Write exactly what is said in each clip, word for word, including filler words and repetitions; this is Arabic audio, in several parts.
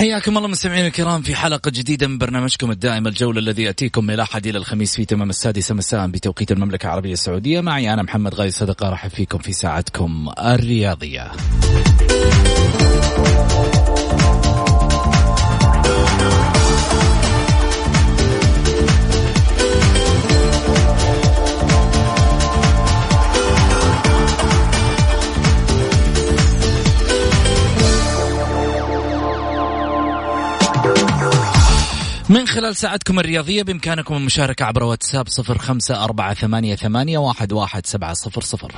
حياكم الله مستمعين الكرام في حلقة جديدة من برنامجكم الدائم الجولة الذي يأتيكم من الأحد إلى الخميس في تمام السادسة مساء بتوقيت المملكة العربية السعودية. معي أنا محمد غاي صدقة، رحب فيكم في ساعتكم الرياضية. من خلال ساعتكم الرياضية بإمكانكم المشاركة عبر واتساب صفر خمسة أربعة ثمانية ثمانية واحد واحد سبعة صفر صفر.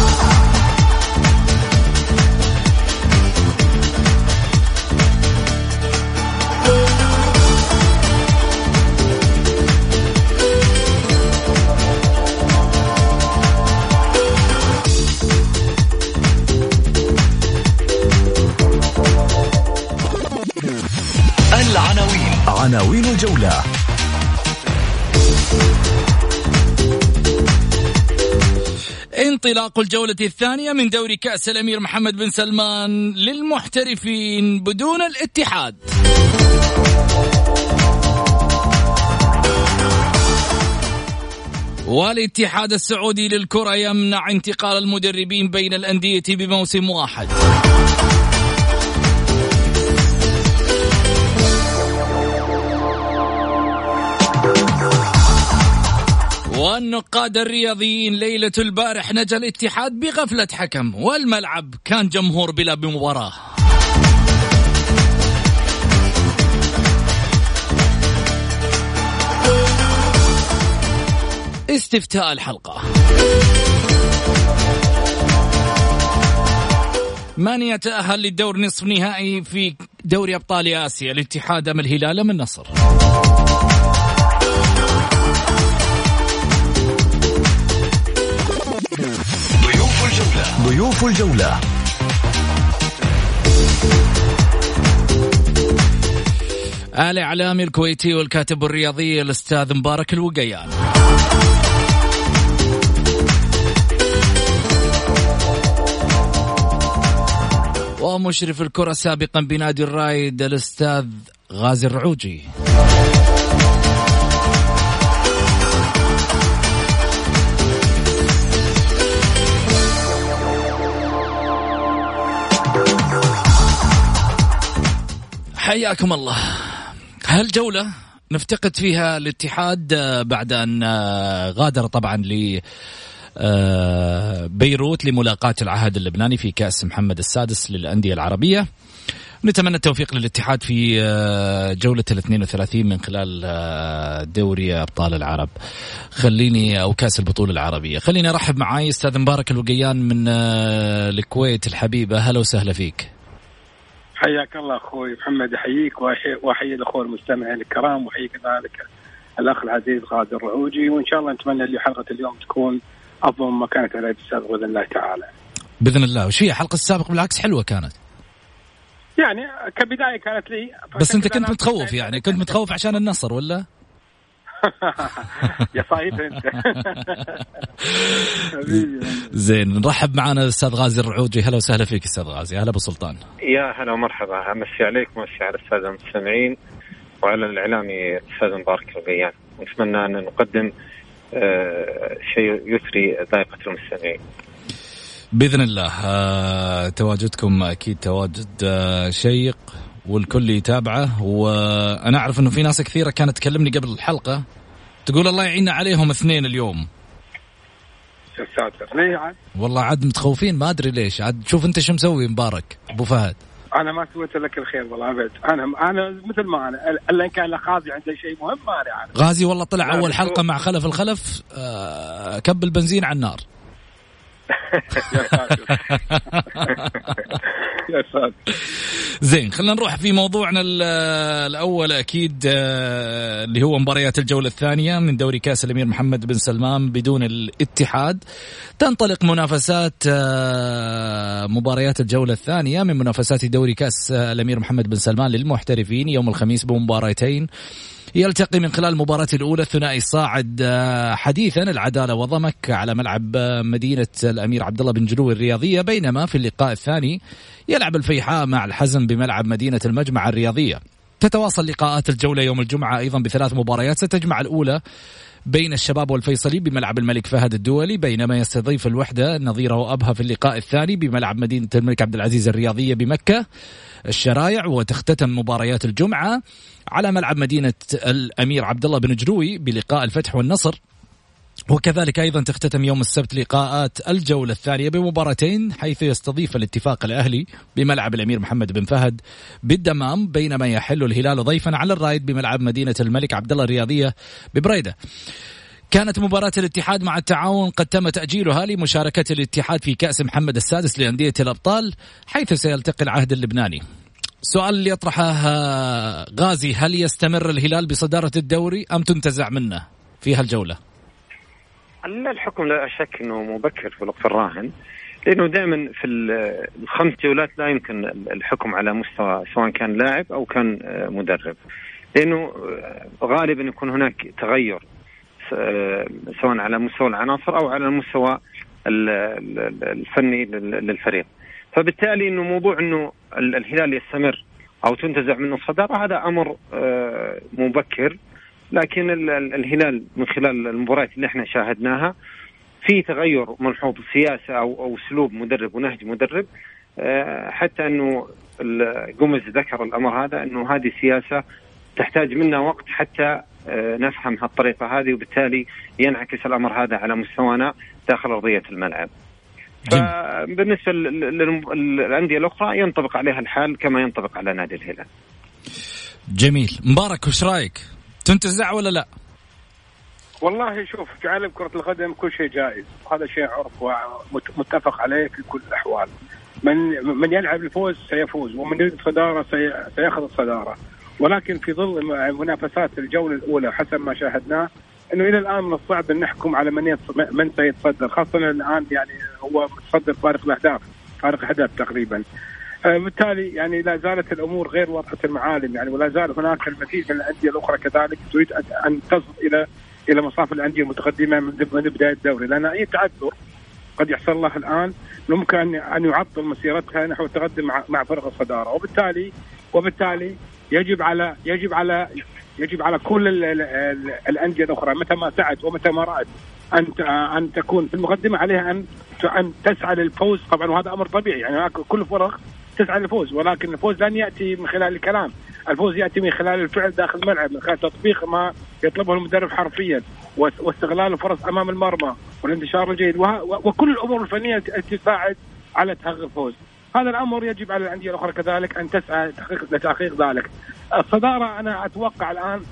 العناوين عناوين الجولة. انطلاق الجولة الثانية من دوري كأس الأمير محمد بن سلمان للمحترفين بدون الاتحاد. والاتحاد السعودي للكرة يمنع انتقال المدربين بين الأندية بموسم واحد. والنقاد الرياضيين ليلة البارح نجا الاتحاد بغفلة حكم، والملعب كان جمهور بلا بمباراة. استفتاء الحلقة: من يتأهل للدور نصف نهائي في دوري أبطال آسيا، الاتحاد أم الهلال أم النصر؟ ضيوف الجولة ضيوف الجولة الإعلامي الكويتي والكاتب الرياضي الأستاذ مبارك الوقيان، ومشرف الكرة سابقا بنادي الرايد الأستاذ غازي الرعوجي. حياكم الله. هالجولة نفتقد فيها الاتحاد بعد أن غادر طبعا لبيروت لملاقاة العهد اللبناني في كأس محمد السادس للأندية العربية. نتمنى التوفيق للاتحاد في جولة الاثنين وثلاثين من خلال دوري أبطال العرب خليني أو كأس البطولة العربية. خليني أرحب معاي أستاذ مبارك الوقيان من الكويت الحبيبة. هلا وسهلا فيك. حياك الله أخوي محمد، أحييك وأحيي الأخوة المستمعين الكرام، وأحيي كذلك الأخ العزيز غازي الرعوجي، وإن شاء الله نتمنى اللي حلقة اليوم تكون أفضل ما كانت على السابق بإذن الله تعالى. بإذن الله. وش هي حلقة السابق؟ بالعكس حلوة كانت، يعني كبداية كانت لي. بس أنت كنت متخوف، يعني كنت متخوف عشان النصر ولا؟ يا صايب انت. زين، نرحب معنا الاستاذ غازي الرعوجي. هلا وسهلا فيك استاذ غازي. هلا ابو سلطان. يا هلا ومرحبا، امسي عليك ومسي على الساده المستمعين وعلى الاعلامي الاستاذ مبارك الوقيان، ونتمنى ان نقدم شيء يثري ذائقه المستمعين باذن الله. تواجدكم اكيد تواجد شيق والكل يتابعه، وأنا أعرف أنه في ناس كثيرة كانت تكلمني قبل الحلقة تقول الله يعيننا عليهم اثنين اليوم. ليه عاد؟ والله عاد متخوفين، ما أدري ليش. عاد شوف أنت شو مسوي مبارك أبو فهد. أنا ما سويت لك الخير والله أبد. أنا أنا مثل ما أنا إلا إن كان غازي عنده شيء مهم ما أنا عارف. غازي والله طلع أول حلقة مع خلف الخلف آه كب البنزين على النار. يا ساتر. زين، خلينا نروح في موضوعنا الأول أكيد اللي هو مباريات الجولة الثانية من دوري كأس الأمير محمد بن سلمان بدون الاتحاد. تنطلق منافسات مباريات الجولة الثانية من منافسات دوري كأس الأمير محمد بن سلمان للمحترفين يوم الخميس بمباراتين يلتقي من خلال المباراة الأولى الثنائي الصاعد حديثا العدالة وضمك على ملعب مدينة الأمير عبد الله بن جلوي الرياضية، بينما في اللقاء الثاني يلعب الفيحاء مع الحزم بملعب مدينة المجمع الرياضية. تتواصل لقاءات الجولة يوم الجمعة أيضا بثلاث مباريات ستجمع الأولى بين الشباب والفيصلي بملعب الملك فهد الدولي، بينما يستضيف الوحدة نظيره أبها في اللقاء الثاني بملعب مدينة الملك عبد العزيز الرياضية بمكة الشرايع. وتختتم مباريات الجمعة على ملعب مدينة الأمير عبد الله بن جلوي بلقاء الفتح والنصر. وكذلك أيضا تختتم يوم السبت لقاءات الجولة الثانية بمباراتين، حيث يستضيف الاتفاق الأهلي بملعب الأمير محمد بن فهد بالدمام، بينما يحل الهلال ضيفا على الرايد بملعب مدينة الملك عبد الله الرياضية ببريدة. كانت مباراة الاتحاد مع التعاون قد تم تأجيلها لمشاركة الاتحاد في كأس محمد السادس لأندية الأبطال، حيث سيلتقي العهد اللبناني. السؤال اللي يطرحه غازي: هل يستمر الهلال بصدارة الدوري أم تنتزع منه في هالجولة؟ الحكم لا شك أنه مبكر في الوقت الراهن، لأنه دائما في الخمس جولات لا يمكن الحكم على مستوى سواء كان لاعب أو كان مدرب، لأنه غالبا يكون هناك تغير سواء على مستوى العناصر أو على المستوى الفني للفريق. فبالتالي إنه موضوع إنه الهلال يستمر أو تنتزع منه الصدارة هذا أمر مبكر، لكن الهلال من خلال المباريات اللي احنا شاهدناها في تغير ملحوظ سياسة أو أو أسلوب مدرب ونهج مدرب، حتى إنه جوميز ذكر الأمر هذا إنه هذه سياسة تحتاج منا وقت حتى نفهم هالطريقة هذه، وبالتالي ينعكس الأمر هذا على مستوانا داخل أرضية الملعب. فبالنسبة للأندية الأخرى ينطبق عليها الحال كما ينطبق على نادي الهلال. جميل. مبارك وش رأيك؟ تنتزع ولا لا؟ والله شوف، في عالم كرة القدم كل شيء جائز، وهذا شيء عرف ومتفق عليه في كل الأحوال. من من يلعب الفوز سيفوز، ومن يريد الصدارة سيأخذ الصدارة. ولكن في ظل منافسات الجولة الأولى حسب ما شاهدناه إنه إلى الآن من الصعب أن نحكم على من من سيتصدر، خاصة الآن يعني هو متصدر فارق الأهداف، فارق أهداف تقريبا. بالتالي يعني لا زالت الأمور غير واضحة المعالم يعني، ولا زال هناك المزيد من الأندية الأخرى كذلك تريد أن تصل إلى إلى مصاف الأندية المتقدمة من بداية الدوري، لأن أي تعثر قد يحصل الله الآن ممكن أن يعطل مسيرتها نحو التقدم مع مع فرق الصدارة. وبالتالي وبالتالي يجب على يجب على يجب على كل ال ال ال الأندية الأخرى متى ما سعت ومتى ما رأت أن أن تكون في المقدمة عليها أن أن تسعى للفوز طبعا، وهذا أمر طبيعي يعني، كل فرق تسعى للفوز، ولكن الفوز لن يأتي من خلال الكلام، الفوز يأتي من خلال الفعل داخل الملعب، من خلال تطبيق ما يطلبه المدرب حرفيا، واستغلال الفرص أمام المرمى والانتشار الجيد، وكل الأمور الفنية التي تساعد على تحقيق الفوز. هذا الأمر يجب على الأندية الأخرى كذلك أن تسعى لتحقيق ذلك. الصدارة أنا أتوقع الآن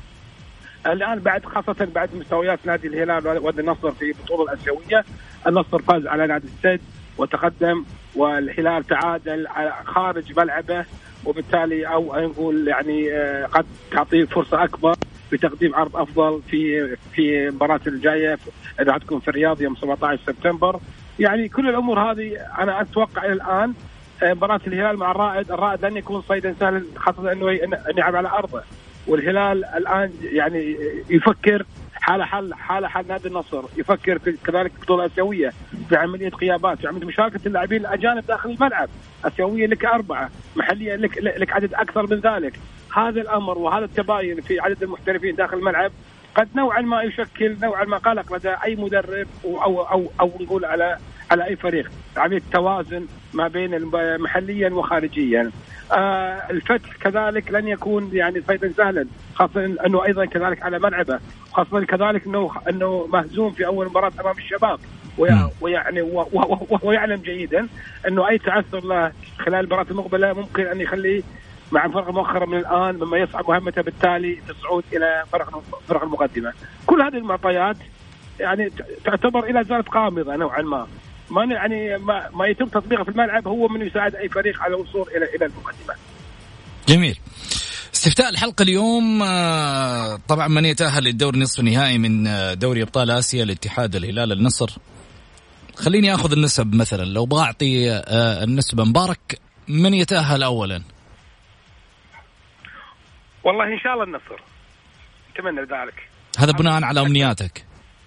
الآن بعد خاصة بعد مستويات نادي الهلال ونادي النصر في البطولة الآسيوية، النصر فاز على نادي السد وتقدم، والهلال تعادل خارج ملعبه، وبالتالي أو نقول يعني قد تعطيه فرصة أكبر بتقديم عرض أفضل في في المباراة الجاية إذا هتكون في الرياض يوم سبعة عشر سبتمبر. يعني كل الأمور هذه أنا أتوقع إلى الآن مباراة الهلال مع الرائد، الرائد لن يكون صيدا سهلا خاصة أنه يلعب على أرضه، والهلال الآن يعني يفكر حال حال حال حال نادي النصر، يفكر في كذلك بطولة آسيوية في عملية غيابات، في عملية مشاركة اللاعبين الأجانب داخل الملعب، آسيوية لك أربعة، محلية لك لك عدد أكثر من ذلك. هذا الأمر وهذا التباين في عدد المحترفين داخل الملعب قد نوعا ما يشكل نوعا ما قلق لدى أي مدرب أو أو أو نقول على على أي فريق، عملية توازن ما بين محليا وخارجيا. آه الفتح كذلك لن يكون يعني صيدا سهلا، خاصة أنه أيضا كذلك على ملعبه، خاصة كذلك أنه أنه مهزوم في أول مباراة أمام الشباب، ويعني وهو يعلم جيدا أنه أي تعثر له خلال المباراة المقبلة ممكن أن يخليه مع فرق مؤخرة من الآن مما يصعب مهمته بالتالي في الصعود إلى فرق فرق المقدمة. كل هذه المعطيات يعني تعتبر إلى زالت قامضة نوعا ما، ما يعني ما, ما يتم تطبيقه في الملعب هو من يساعد أي فريق على الوصول إلى إلى المقدمة. جميل. استفتاء الحلقة اليوم طبعا من يتأهل للدور نصف النهائي من دوري أبطال آسيا، الاتحاد، الهلال، النصر. خليني أخذ النسب مثلا، لو بعطي النسبة مبارك من يتأهل أولا؟ والله إن شاء الله النصر. أتمنى ذلك. هذا بناء على أمنياتك؟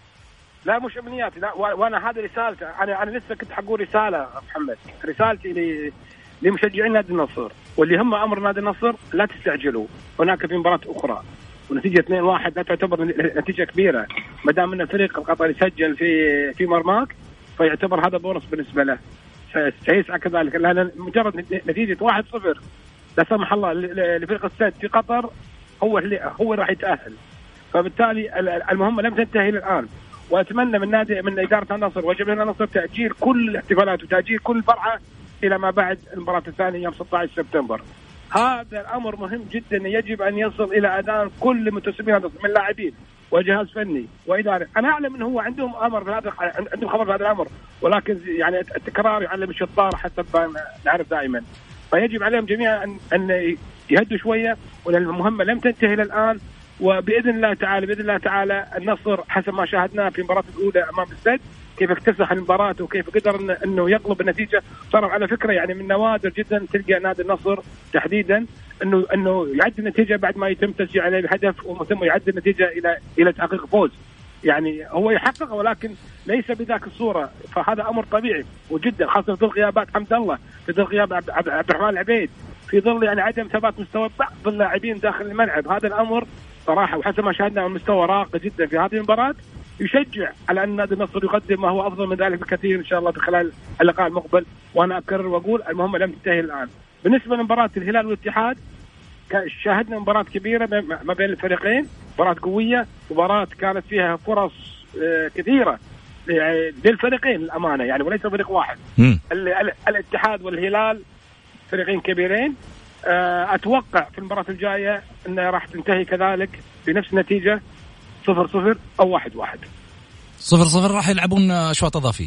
لا مش أمنياتي، لا وأنا هذا رسالتي. أنا أنا لسه كنت حقول رسالة محمد، رسالتي لمشجعين نادي النصر واللي هم أمر نادي النصر، لا تستعجلوا. هناك في مباراة أخرى ونتيجة اثنين واحد لا تعتبر نتيجة كبيرة، ما دام أن الفريق القطري سجل في في مرماك فيعتبر هذا بونص بالنسبة له، سيسعى كذلك. لأن مجرد نتيجة واحد صفر لا سمح الله لفريق السد في قطر هو اللي هو راح يتأهل. فبالتالي المهمة لم تنتهي الآن، وأتمنى من نادي من إدارة النصر وجماهير النصر تأجيل كل الاحتفالات وتأجيل كل فرحة إلى ما بعد المباراة الثانية يوم ستة عشر سبتمبر. هذا الأمر مهم جدا، يجب أن يصل إلى أذان كل متسمين من لاعبين وجهاز فني وإدارة. أنا أعلم أنه هو عندهم أمر في هذا، عندهم خبر في هذا الأمر، ولكن يعني التكرار يعلم الشطار حتى نعرف دائما. فيجب عليهم جميعا أن أن يهدوا شوية، وأن المهمة لم تنتهي الآن. وبإذن الله تعالى بإذن الله تعالى النصر حسب ما شاهدناه في المباراة الأولى أمام السد كيف اكتسح المباراة وكيف قدر إنه يقلب النتيجة. صار على فكرة يعني من نوادر جدا تلقى نادي النصر تحديدا إنه إنه يعد النتيجة بعد ما يتم تسجيل عليه الهدف وثم يعد النتيجة إلى إلى تحقيق فوز. يعني هو يحقق ولكن ليس بذاك الصورة، فهذا أمر طبيعي وجدا، خاصة في ظل غيابات حمد الله، في ظل غياب عبد الرحمن العبيد، في ظل يعني عدم ثبات مستوى بعض اللاعبين داخل الملعب. هذا الأمر صراحة وحسب ما شاهدنا المستوى راقي جدا في هذه المباراة، يشجع على أن نادي النصر يقدم ما هو أفضل من ذلك بكثير إن شاء الله خلال اللقاء المقبل. وأنا أكرر وأقول المهمة لم تنتهي الآن. بالنسبة لمباراة الهلال والاتحاد شاهدنا مباراة كبيرة ما بين الفريقين، مباراة قوية، مباراة كانت فيها فرص كثيرة للفريقين الأمانة يعني، وليس فريق واحد. الاتحاد والهلال فريقين كبيرين. أتوقع في المباراة الجاية أنها راح تنتهي كذلك بنفس النتيجة صفر صفر أو واحد واحد. صفر صفر راح يلعبون أشواط إضافية.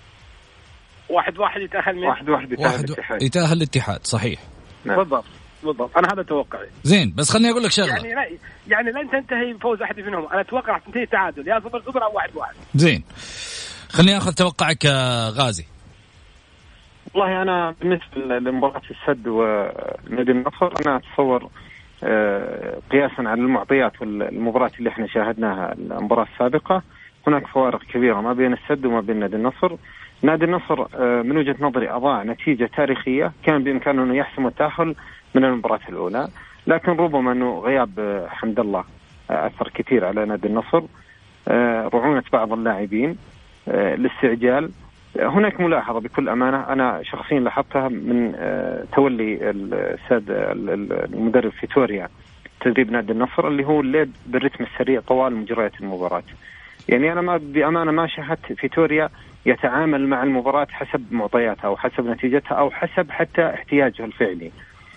واحد واحد يتأهل من واحد واحد يتأهل واحد الاتحاد. يتأهل الاتحاد صحيح. نعم. بالضبط بالضبط أنا هذا توقعي. زين بس خلني أقول لك شغلة يعني لا يعني لن تنتهي بفوز أحد منهم، أنا أتوقع راح تنتهي تعادل يا صفر صفر أو واحد واحد. زين خلني أخذ توقعك غازي. والله أنا بالنسبة لمباراة السد ونادي النصر أنا أتصور قياسا على المعطيات والمباراة اللي احنا شاهدناها المباراة السابقة هناك فوارق كبيرة ما بين السد وما بين نادي النصر. نادي النصر من وجهة نظري أضاع نتيجة تاريخية كان بإمكانه أنه يحسم التأهل من المباراة الأولى، لكن ربما أنه غياب حمد الله أثر كثير على نادي النصر، رعونة بعض اللاعبين، الاستعجال. هناك ملاحظة بكل أمانة أنا شخصيا لاحظتها من تولي الساد المدرب فيتوريا تدريب نادي النصر اللي هو الليد بالرتم السريع طوال مجريات المباراة. يعني أنا ما بأمانة ما شاهدت فيتوريا يتعامل مع المباراة حسب معطياتها أو حسب نتيجتها أو حسب حتى احتياجه الفعلي،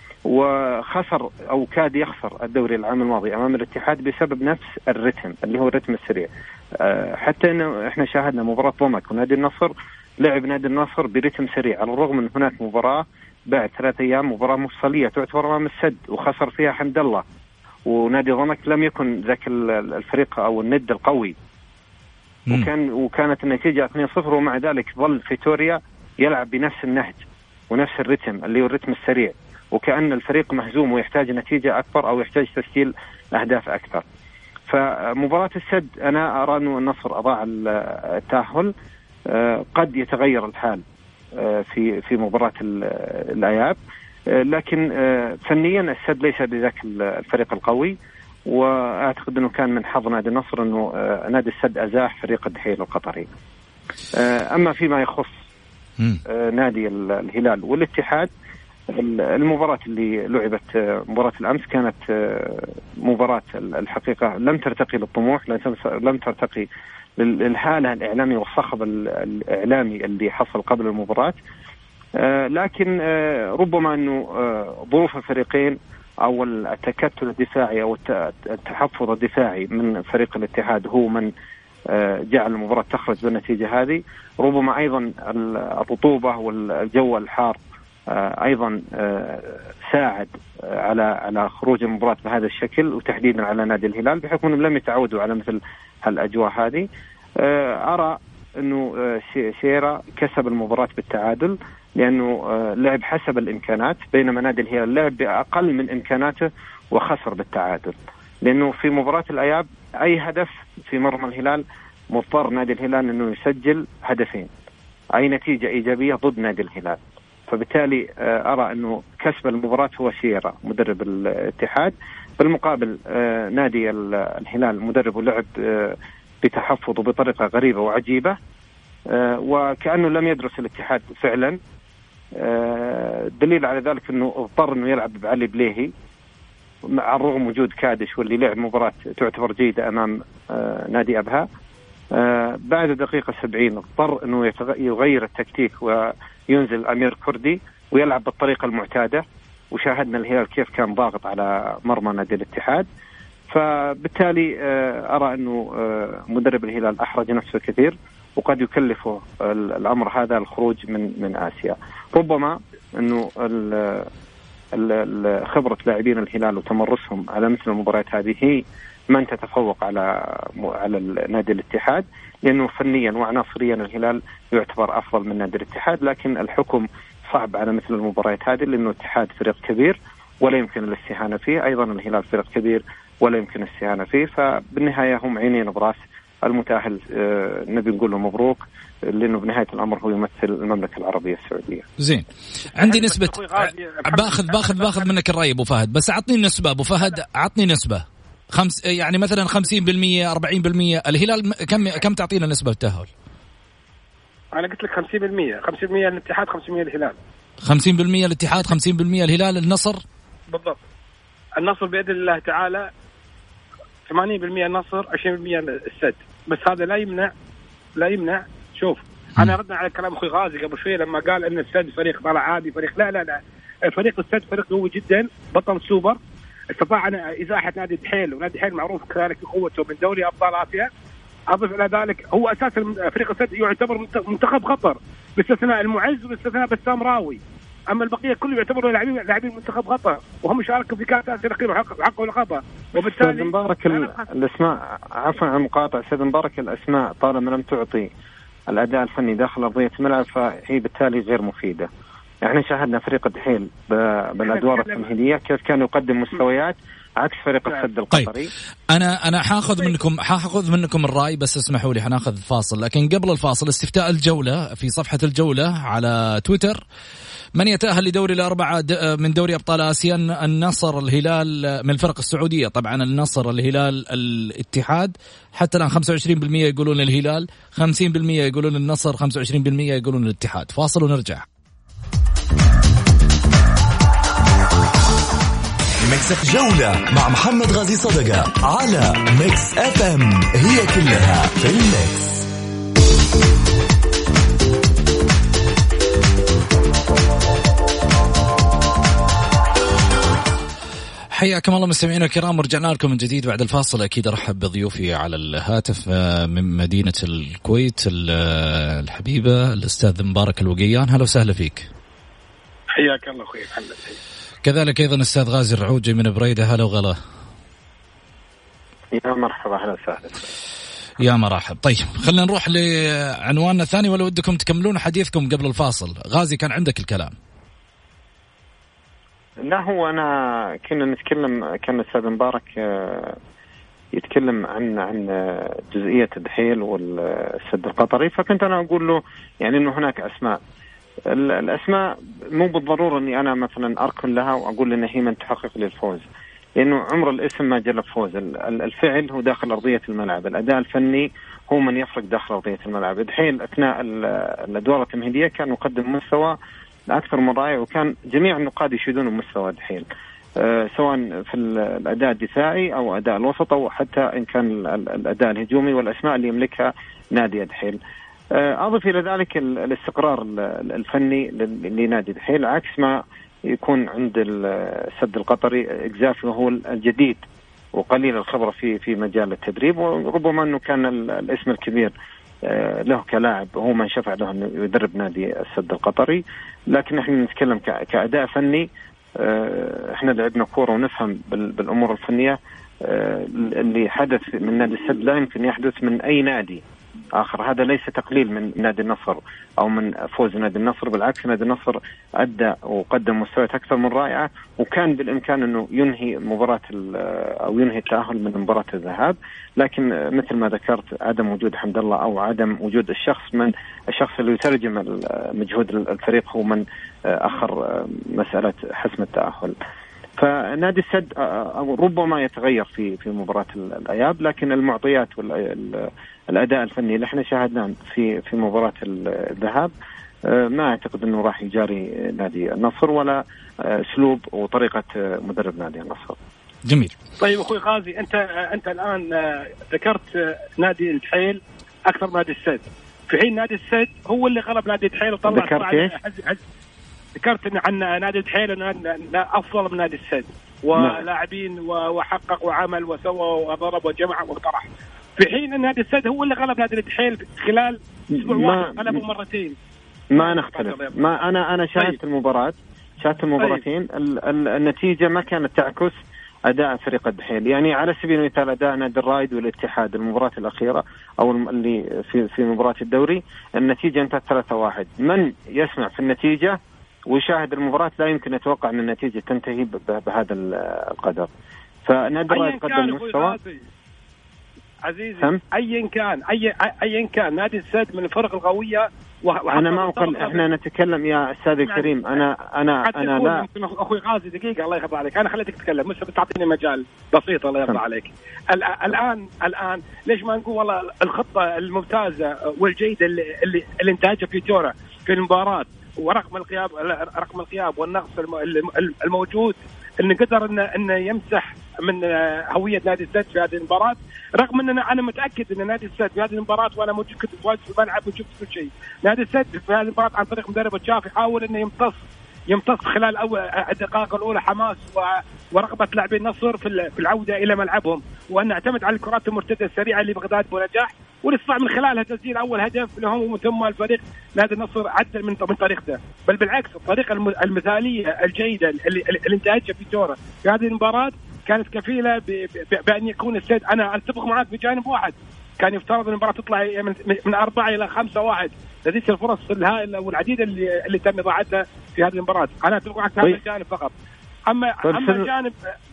وخسر أو كاد يخسر الدوري العام الماضي أمام الاتحاد بسبب نفس الرتم اللي هو الرتم السريع. حتى إنه إحنا شاهدنا مباراة ضمك ونادي النصر لعب نادي النصر برتم سريع على الرغم من هناك مباراة بعد ثلاثة أيام مباراة مفصلية تعتبر أمام السد وخسر فيها حمد الله، ونادي ضمك لم يكن ذاك الفريق أو الند القوي وكان وكانت النتيجة اثنين صفر، ومع ذلك ظل فيتوريا يلعب بنفس النهج ونفس الرتم اللي هو الرتم السريع، وكأن الفريق مهزوم ويحتاج نتيجة أكبر أو يحتاج تسجيل أهداف أكثر. فمباراة السد أنا أرى أن النصر أضاع التأهل، قد يتغير الحال في في مباراة الأياب، لكن فنيا السد ليس بذاك الفريق القوي، وأعتقد أنه كان من حظ نادي النصر أنه نادي السد أزاح فريق الدحيل القطري. أما فيما يخص نادي الهلال والاتحاد المباراة اللي لعبت مباراة الأمس كانت مباراة الحقيقة لم ترتقي للطموح، لم ترتقي للحالة الإعلامية والصخب الإعلامي اللي حصل قبل المباراة، لكن ربما أنه ظروف الفريقين أو التكتل الدفاعي أو التحفظ الدفاعي من فريق الاتحاد هو من جعل المباراة تخرج بالنتيجة هذه. ربما أيضا الرطوبة والجو الحار أيضا ساعد على على خروج المباراة بهذا الشكل، وتحديدا على نادي الهلال بحكم أنهم لم يتعودوا على مثل هالأجواء هذه. أرى أنه سيرا كسب المباراة بالتعادل لأنه لعب حسب الإمكانات، بينما نادي الهلال لعب بأقل من إمكاناته وخسر بالتعادل. لأنه في مباراة الأياب أي هدف في مرمى الهلال مضطر نادي الهلال أنه يسجل هدفين، أي نتيجة إيجابية ضد نادي الهلال. فبالتالي أرى أنه كسب المباراة هو سيرة مدرب الاتحاد. بالمقابل نادي الهلال مدربه لعب بتحفظ وبطريقة غريبة وعجيبة، وكأنه لم يدرس الاتحاد فعلا. دليل على ذلك أنه اضطر أنه يلعب بعلي بليهي مع الرغم وجود كادش واللي لعب مباراة تعتبر جيدة أمام نادي أبها. بعد دقيقة سبعين اضطر أنه يغير التكتيك وينزل أمير كردي ويلعب بالطريقة المعتادة، وشاهدنا الهلال كيف كان ضاغط على مرمى نادي الاتحاد. فبالتالي أرى أنه مدرب الهلال أحرج نفسه كثير، وقد يكلفه الأمر هذا الخروج من من آسيا. ربما أنه خبرة لاعبين الهلال وتمرسهم على مثل المباريات هذه هي من تتفوق على على نادي الاتحاد، لأنه فنيا وعناصريا الهلال يعتبر أفضل من نادي الاتحاد. لكن الحكم صعب على مثل المباريات هذه، لأنه الاتحاد فريق كبير ولا يمكن الاستهانة فيه، أيضا الهلال فريق كبير ولا يمكن الاستهانة فيه. فبالنهاية هم عينين براس. المتأهل آه نبي نقول له مبروك، لأنه بنهاية الأمر هو يمثل المملكة العربية السعودية. زين، عندي نسبة باخذ باخذ باخذ منك الرأي أبو فهد، بس أعطني نسبة أبو فهد، أعطني نسبة خمس يعني مثلا خمسين بالمية أربعين بالمية. الهلال كم كم تعطينا نسبة التأهل؟ أنا قلت لك خمسين بالمية خمسين بالمية الاتحاد خمسين بالمية الهلال. خمسين بالمية الاتحاد خمسين بالمية الهلال. النصر بالضبط، النصر بإذن الله تعالى ثمانين بالمية النصر عشرين بالمية السد. بس هذا لا يمنع لا يمنع شوف م. أنا ردنا على كلام أخوي غازي قبل شوية لما قال أن السد فريق طلع عادي فريق. لا لا لا فريق السد فريق قوي جدا، بطل سوبر، استطاع أن إزاحة نادي دحيل، ونادي دحيل معروف كذلك قوته من دوري أبطال آسيا. أضف إلى ذلك هو أساس فريق السد يعتبر منتخب خطر باستثناء المعز وباستثناء بسام راوي، أما البقية كله يعتبروا لاعبين لاعبين منتخب خطر، وهم شاركوا في كأس آسيا الأخير وحققوا لقبه. وبالتالي أستاذ مبارك الأسماء عفوا عن المقاطعة أستاذ مبارك، الأسماء طالما لم تعطي الأداء الفني داخل أرضية الملعب فهي بالتالي غير مفيدة. يعني شاهدنا فريق الدحيل بالأدوار التمهيدية كيف كان يقدم مستويات عكس فريق السد القطري. طيب. أنا أنا حاخذ منكم حاخذ منكم الرأي، بس اسمحوا لي حناخذ فاصل. لكن قبل الفاصل استفتاء الجولة في صفحة الجولة على تويتر: من يتأهل لدوري الأربعة من دوري أبطال آسيا؟ النصر، الهلال من الفرق السعودية. طبعا النصر، الهلال، الاتحاد. حتى الآن خمسة وعشرين بالمية يقولون الهلال، خمسين بالمية يقولون النصر، خمسة وعشرين بالمية يقولون الاتحاد. فاصل ونرجع. ميكس اف جولة مع محمد غازي صدقة على ميكس اف ام، هي كلها في الميكس. حياكم الله مستمعينا الكرام، ورجعنا لكم من جديد بعد الفاصل. أكيد أرحب بضيوفي على الهاتف من مدينة الكويت الحبيبة الأستاذ مبارك الوقيان. هلا وسهلا فيك. حياك الله أخوي محمد. كذلك أيضا الأستاذ غازي الرعوجي من بريدة. هلا وغلا. يا مرحبا، أهلا وسهلا. يا مرحب. طيب خلينا نروح لعنواننا الثاني، ولا ودكم تكملون حديثكم قبل الفاصل؟ غازي كان عندك الكلام. لا هو أنا كنا نتكلم، كان الأستاذ مبارك يتكلم عن عن جزئية الدحيل والسد القطري، فكنت أنا أقول له يعني إنه هناك أسماء، الأسماء مو بالضرورة إني أنا مثلا أركن لها وأقول إن هي من تحقق للفوز، لأنه عمر الاسم ما جلب فوز. الفعل هو داخل أرضية الملعب، الأداء الفني هو من يفرق داخل أرضية الملعب. دحيل أثناء الأدوار التمهيدية كان يقدم مستوى أكثر من رائع، وكان جميع النقاد يشيدون بمستوى دحيل، أه سواء في الأداء الدفاعي أو أداء الوسط أو حتى إن كان الأداء الهجومي والأسماء اللي يملكها نادي دحيل. أه أضف إلى ذلك الاستقرار الفني لنادي دحيل عكس ما يكون عند السد القطري إجزافي، وهو الجديد وقليل الخبرة في في مجال التدريب، وربما أنه كان الاسم الكبير له كلاعب هو من شفع له أنه يدرب نادي السد القطري. لكن احنا نتكلم كأداء فني، احنا لعبنا كورة ونفهم بالأمور الفنية. اللي حدث من نادي السد لا يمكن يحدث من أي نادي آخر. هذا ليس تقليل من نادي النصر أو من فوز نادي النصر، بالعكس نادي النصر أدى وقدم مستويات أكثر من رائعة، وكان بالإمكان أنه ينهي مباراة أو ينهي التأهل من مباراة الذهاب، لكن مثل ما ذكرت عدم وجود حمد الله أو عدم وجود الشخص من الشخص اللي يترجم مجهود الفريق هو من أخر مسألة حسم التأهل. فنادي السد ربما يتغير في في مباراة الأياب، لكن المعطيات والأداء الفني اللي احنا شاهدناه في في مباراة الذهاب ما أعتقد أنه راح يجاري نادي النصر ولا أسلوب وطريقة مدرب نادي النصر. جميل. طيب أخوي غازي، أنت أنت الآن ذكرت نادي الدحيل أكثر نادي السد، في حين نادي السد هو اللي غلب نادي الدحيل وطلع. ذكرت ذكرت عن نادي الدحيل أنه أفضل من نادي السد ولاعبين وحقق وعمل وسوى وضرب وجمع وطرح، في حين نادي السد هو اللي غلب نادي الدحيل خلال أسبوع واحد، غلبه مرتين. ما نختلف، ما أنا أنا شاهدت طيب. المباراة شاهدت المباراتين. طيب. النتيجة ما كانت تعكس أداء فريق الدحيل. يعني على سبيل المثال أداء نادي الرايد والاتحاد المباراة الأخيرة أو اللي في في مباراة الدوري، النتيجة انتهت ثلاثة واحد. من يسمع في النتيجة ويشاهد المباراة لا يمكن يتوقع أن النتيجة تنتهي بهذا القدر. فنادي الرايد قدم مستوى عزيزي أيا كان أي أيا كان نادي السد من الفرق القوية. أنا ما أقول إحنا نتكلم يا أستاذ الكريم. أنا أنا أنا لا أخوي غازي دقيقة الله يرضى عليك، أنا خليتك تتكلم مش بتعطيني مجال بسيط الله يرضى عليك. الآن الآن ليش ما نقول والله الخطة الممتازة والجيدة اللي اللي, اللي انتهجها فيتورا في المباراة ورقم الغياب رقم الغياب والنقص الموجود إنه قدر إنه إنه يمسح من هوية نادي السد في هذه المباراة، رغم أن أنا متأكد أن نادي السد في هذه المباراة وأنا موجود كنت واجد في الملعب وشفت كل شيء، نادي السد في هذه المباراة عن طريق مدرب الشافي حاول أنه يمتص يمتص خلال أول الدقائق الأولى حماس ورغبة لاعبي النصر في العودة إلى ملعبهم، وأن اعتمد على الكرات المرتدة السريعة اللي بغداد بنجاح والاستطاع من خلالها تسجيل أول هدف لهم، ومن ثم الفريق نادي النصر عدل من من طريقته، بل بالعكس الطريقة المثالية الجيدة اللي اللي انتهجها فيتورا في هذه المباراة كانت كفيلة بأن يكون السد. أنا أتفق معك بجانب واحد، كان يفترض أن المباراة تطلع من, من أربعة إلى خمسة واحد، لذلك الفرص الهائلة والعديدة اللي, اللي تم إضاعتها في هذه المباراة. أنا أتفق معك في هذا الجانب فقط. أما أما جانب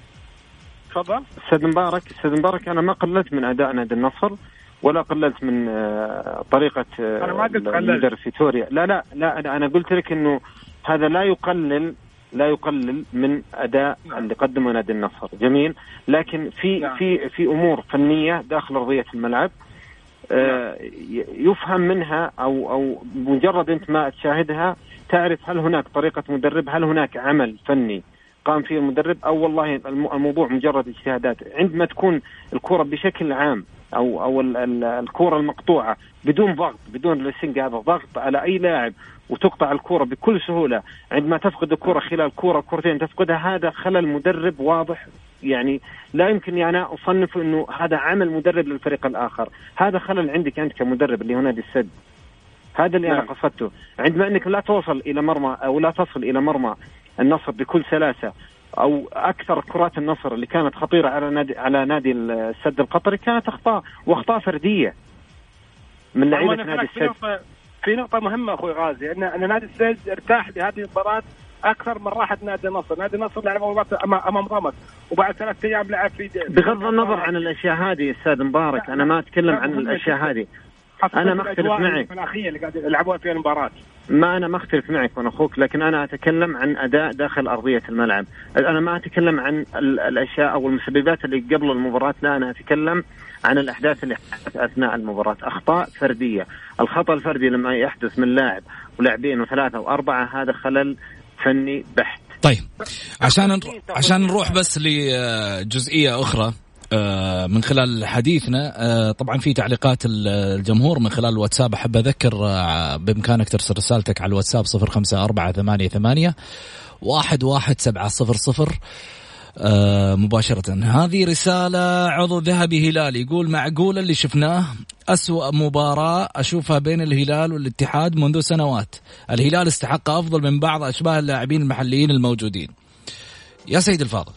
تفضل أستاذ مبارك. أستاذ مبارك أنا ما قللت من أداء نادي النصر ولا قللت من طريقة المدرب فيتوريا، لا لا لا أنا قلت لك إنه هذا لا يقلل لا يقلل من أداء اللي قدمه نادي النصر. جميل، لكن في نعم. في في أمور فنية داخل أرضية الملعب آه يفهم منها أو أو مجرد أنت ما تشاهدها تعرف هل هناك طريقة مدرب، هل هناك عمل فني قام فيه المدرب، أو والله الموضوع مجرد اجتهادات. عندما تكون الكرة بشكل عام أو أو الكرة المقطوعة بدون ضغط بدون ريسنج، هذا ضغط على أي لاعب وتقطع الكرة بكل سهولة، عندما تفقد الكرة خلال كرة كرتين تفقدها، هذا خلل مدرب واضح. يعني لا يمكن يعني أصنف إنه هذا عمل مدرب للفريق الآخر، هذا خلل عندك أنت كمدرب اللي هو نادي السد. هذا اللي نعم. أنا قصدته. عندما أنك لا توصل إلى مرمى أو لا تصل إلى مرمى النصر بكل سلاسة، أو أكثر كرات النصر اللي كانت خطيرة على نادي على نادي السد القطري كانت أخطاء وأخطاء فردية من لعيبة نادي السد. في نقطة مهمة أخوي غازي، أن أن نادي السد ارتاح لهذه المباراة أكثر من راحة نادي النصر. نادي النصر لعب مباراة أمام ضمك وبعد ثلاث أيام لعب في بغض النظر عن الأشياء هذه أستاذ مبارك، أنا ما أتكلم عن الأشياء هذه. أنا ما أختلف معك الأخيرة اللي قاعد يلعبوها في المباراة، ما أنا ما أختلف معك وأنا أخوك، لكن أنا أتكلم عن أداء داخل أرضية الملعب. أنا ما أتكلم عن الأشياء أو المسببات اللي قبل المباراة، لا أنا أتكلم عن الأحداث اللي حدثت أثناء المباراة. أخطاء فردية، الخطأ الفردي لما يحدث من لاعب ولاعبين وثلاثة وأربعة هذا خلل فني بحت. طيب عشان عشان نروح بس لجزئية أخرى من خلال حديثنا، طبعا في تعليقات الجمهور من خلال الواتساب. أحب أذكر بإمكانك ترسل رسالتك على الواتساب صفر خمسة أربعة ثمانية ثمانية واحد واحد سبعة صفر صفر مباشرة. هذه رسالة عضو ذهبي هلال يقول: معقول اللي شفناه أسوأ مباراة أشوفها بين الهلال والاتحاد منذ سنوات. الهلال استحق أفضل من بعض أشباه اللاعبين المحليين الموجودين. يا سيد الفاضل،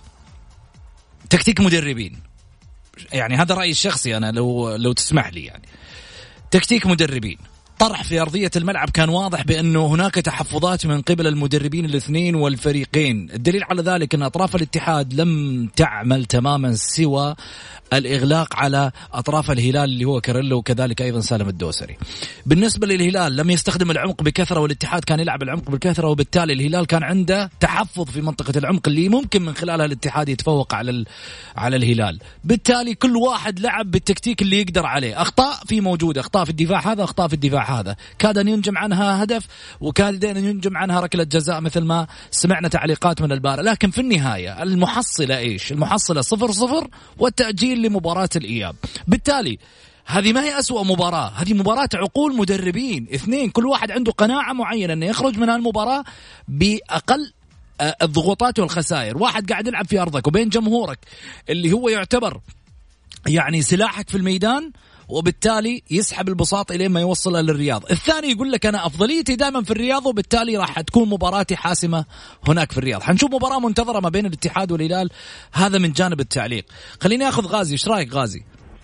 تكتيك مدربين، يعني هذا رأيي الشخصي أنا لو لو تسمح لي، يعني تكتيك مدربين، طرح في أرضية الملعب كان واضح بأنه هناك تحفظات من قبل المدربين الاثنين والفريقين. الدليل على ذلك أن أطراف الاتحاد لم تعمل تماما سوى الإغلاق على أطراف الهلال اللي هو كاريلو وكذلك أيضا سالم الدوسري. بالنسبة للهلال لم يستخدم العمق بكثرة والاتحاد كان يلعب العمق بكثرة، وبالتالي الهلال كان عنده تحفظ في منطقة العمق اللي ممكن من خلالها الاتحاد يتفوق على على الهلال. بالتالي كل واحد لعب بالتكتيك اللي يقدر عليه. أخطاء في موجودة، أخطاء في الدفاع هذا، أخطاء في الدفاع هذا، كاد أن ينجم عنها هدف وكاد أن ينجم عنها ركلة جزاء مثل ما سمعنا تعليقات من البارة. لكن في النهاية المحصلة إيش؟ المحصلة صفر صفر والتأجيل لمباراة الإياب. بالتالي هذه ما هي أسوأ مباراة، هذه مباراة عقول مدربين اثنين، كل واحد عنده قناعة معينة أنه يخرج من هالمباراة بأقل الضغوطات والخسائر. واحد قاعد يلعب في أرضك وبين جمهورك اللي هو يعتبر يعني سلاحك في الميدان، وبالتالي يسحب البساط إلى ما يوصلها للرياض. الثاني يقول لك أنا أفضليتي دائما في الرياض وبالتالي راح تكون مباراتي حاسمة هناك في الرياض. حنشوف مباراة منتظرة ما بين الاتحاد والهلال. هذا من جانب التعليق. خليني أخذ غازي، إيش رأيك غازي؟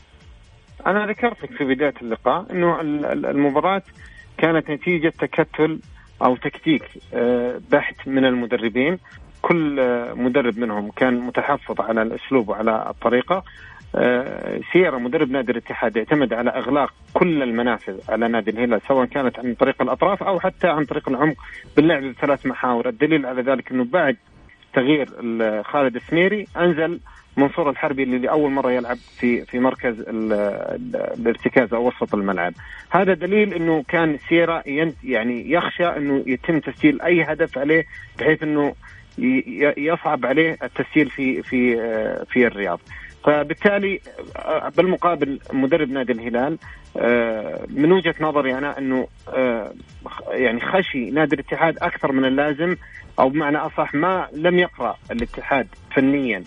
أنا ذكرت لك في بداية اللقاء إنه المباراة كانت نتيجة تكتل أو تكتيك بحت من المدربين. كل مدرب منهم كان متحفظ على الأسلوب وعلى الطريقة. سيرة مدرب نادي الاتحاد يعتمد على إغلاق كل المنافذ على نادي الهلال، سواء كانت عن طريق الأطراف أو حتى عن طريق العمق باللعب بثلاث محاور. الدليل على ذلك أنه بعد تغيير خالد السميري أنزل منصور الحربي اللي لأول مرة يلعب في في مركز الارتكاز أو وسط الملعب. هذا دليل أنه كان سيرة يعني يخشى أنه يتم تسجيل أي هدف عليه بحيث أنه يصعب عليه التسجيل في في في الرياض. فبالتالي بالمقابل مدرب نادي الهلال من وجهة نظري أنا أنه يعني خشي نادي الاتحاد أكثر من اللازم، أو بمعنى أصح ما لم يقرأ الاتحاد فنيا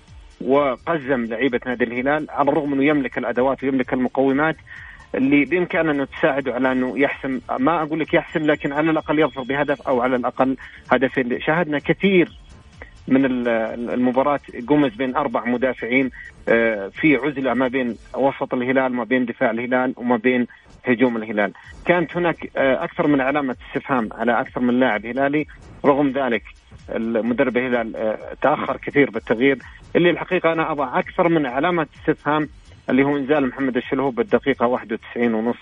وقزم لعيبة نادي الهلال، على الرغم أنه يملك الأدوات ويملك المقومات اللي بإمكانه أنه تساعده على أنه يحسم، ما أقول لك يحسم، لكن على الأقل يظفر بهدف أو على الأقل هدفين. شاهدنا كثير من المباراة جوميز بين أربع مدافعين في عزلة ما بين وسط الهلال وما بين دفاع الهلال وما بين هجوم الهلال. كانت هناك أكثر من علامة استفهام على أكثر من لاعب هلالي. رغم ذلك المدرب الهلال تأخر كثير بالتغيير، اللي الحقيقة أنا أضع أكثر من علامة استفهام اللي هو إنزال محمد الشلهوب بالدقيقة واحد وتسعين ونص،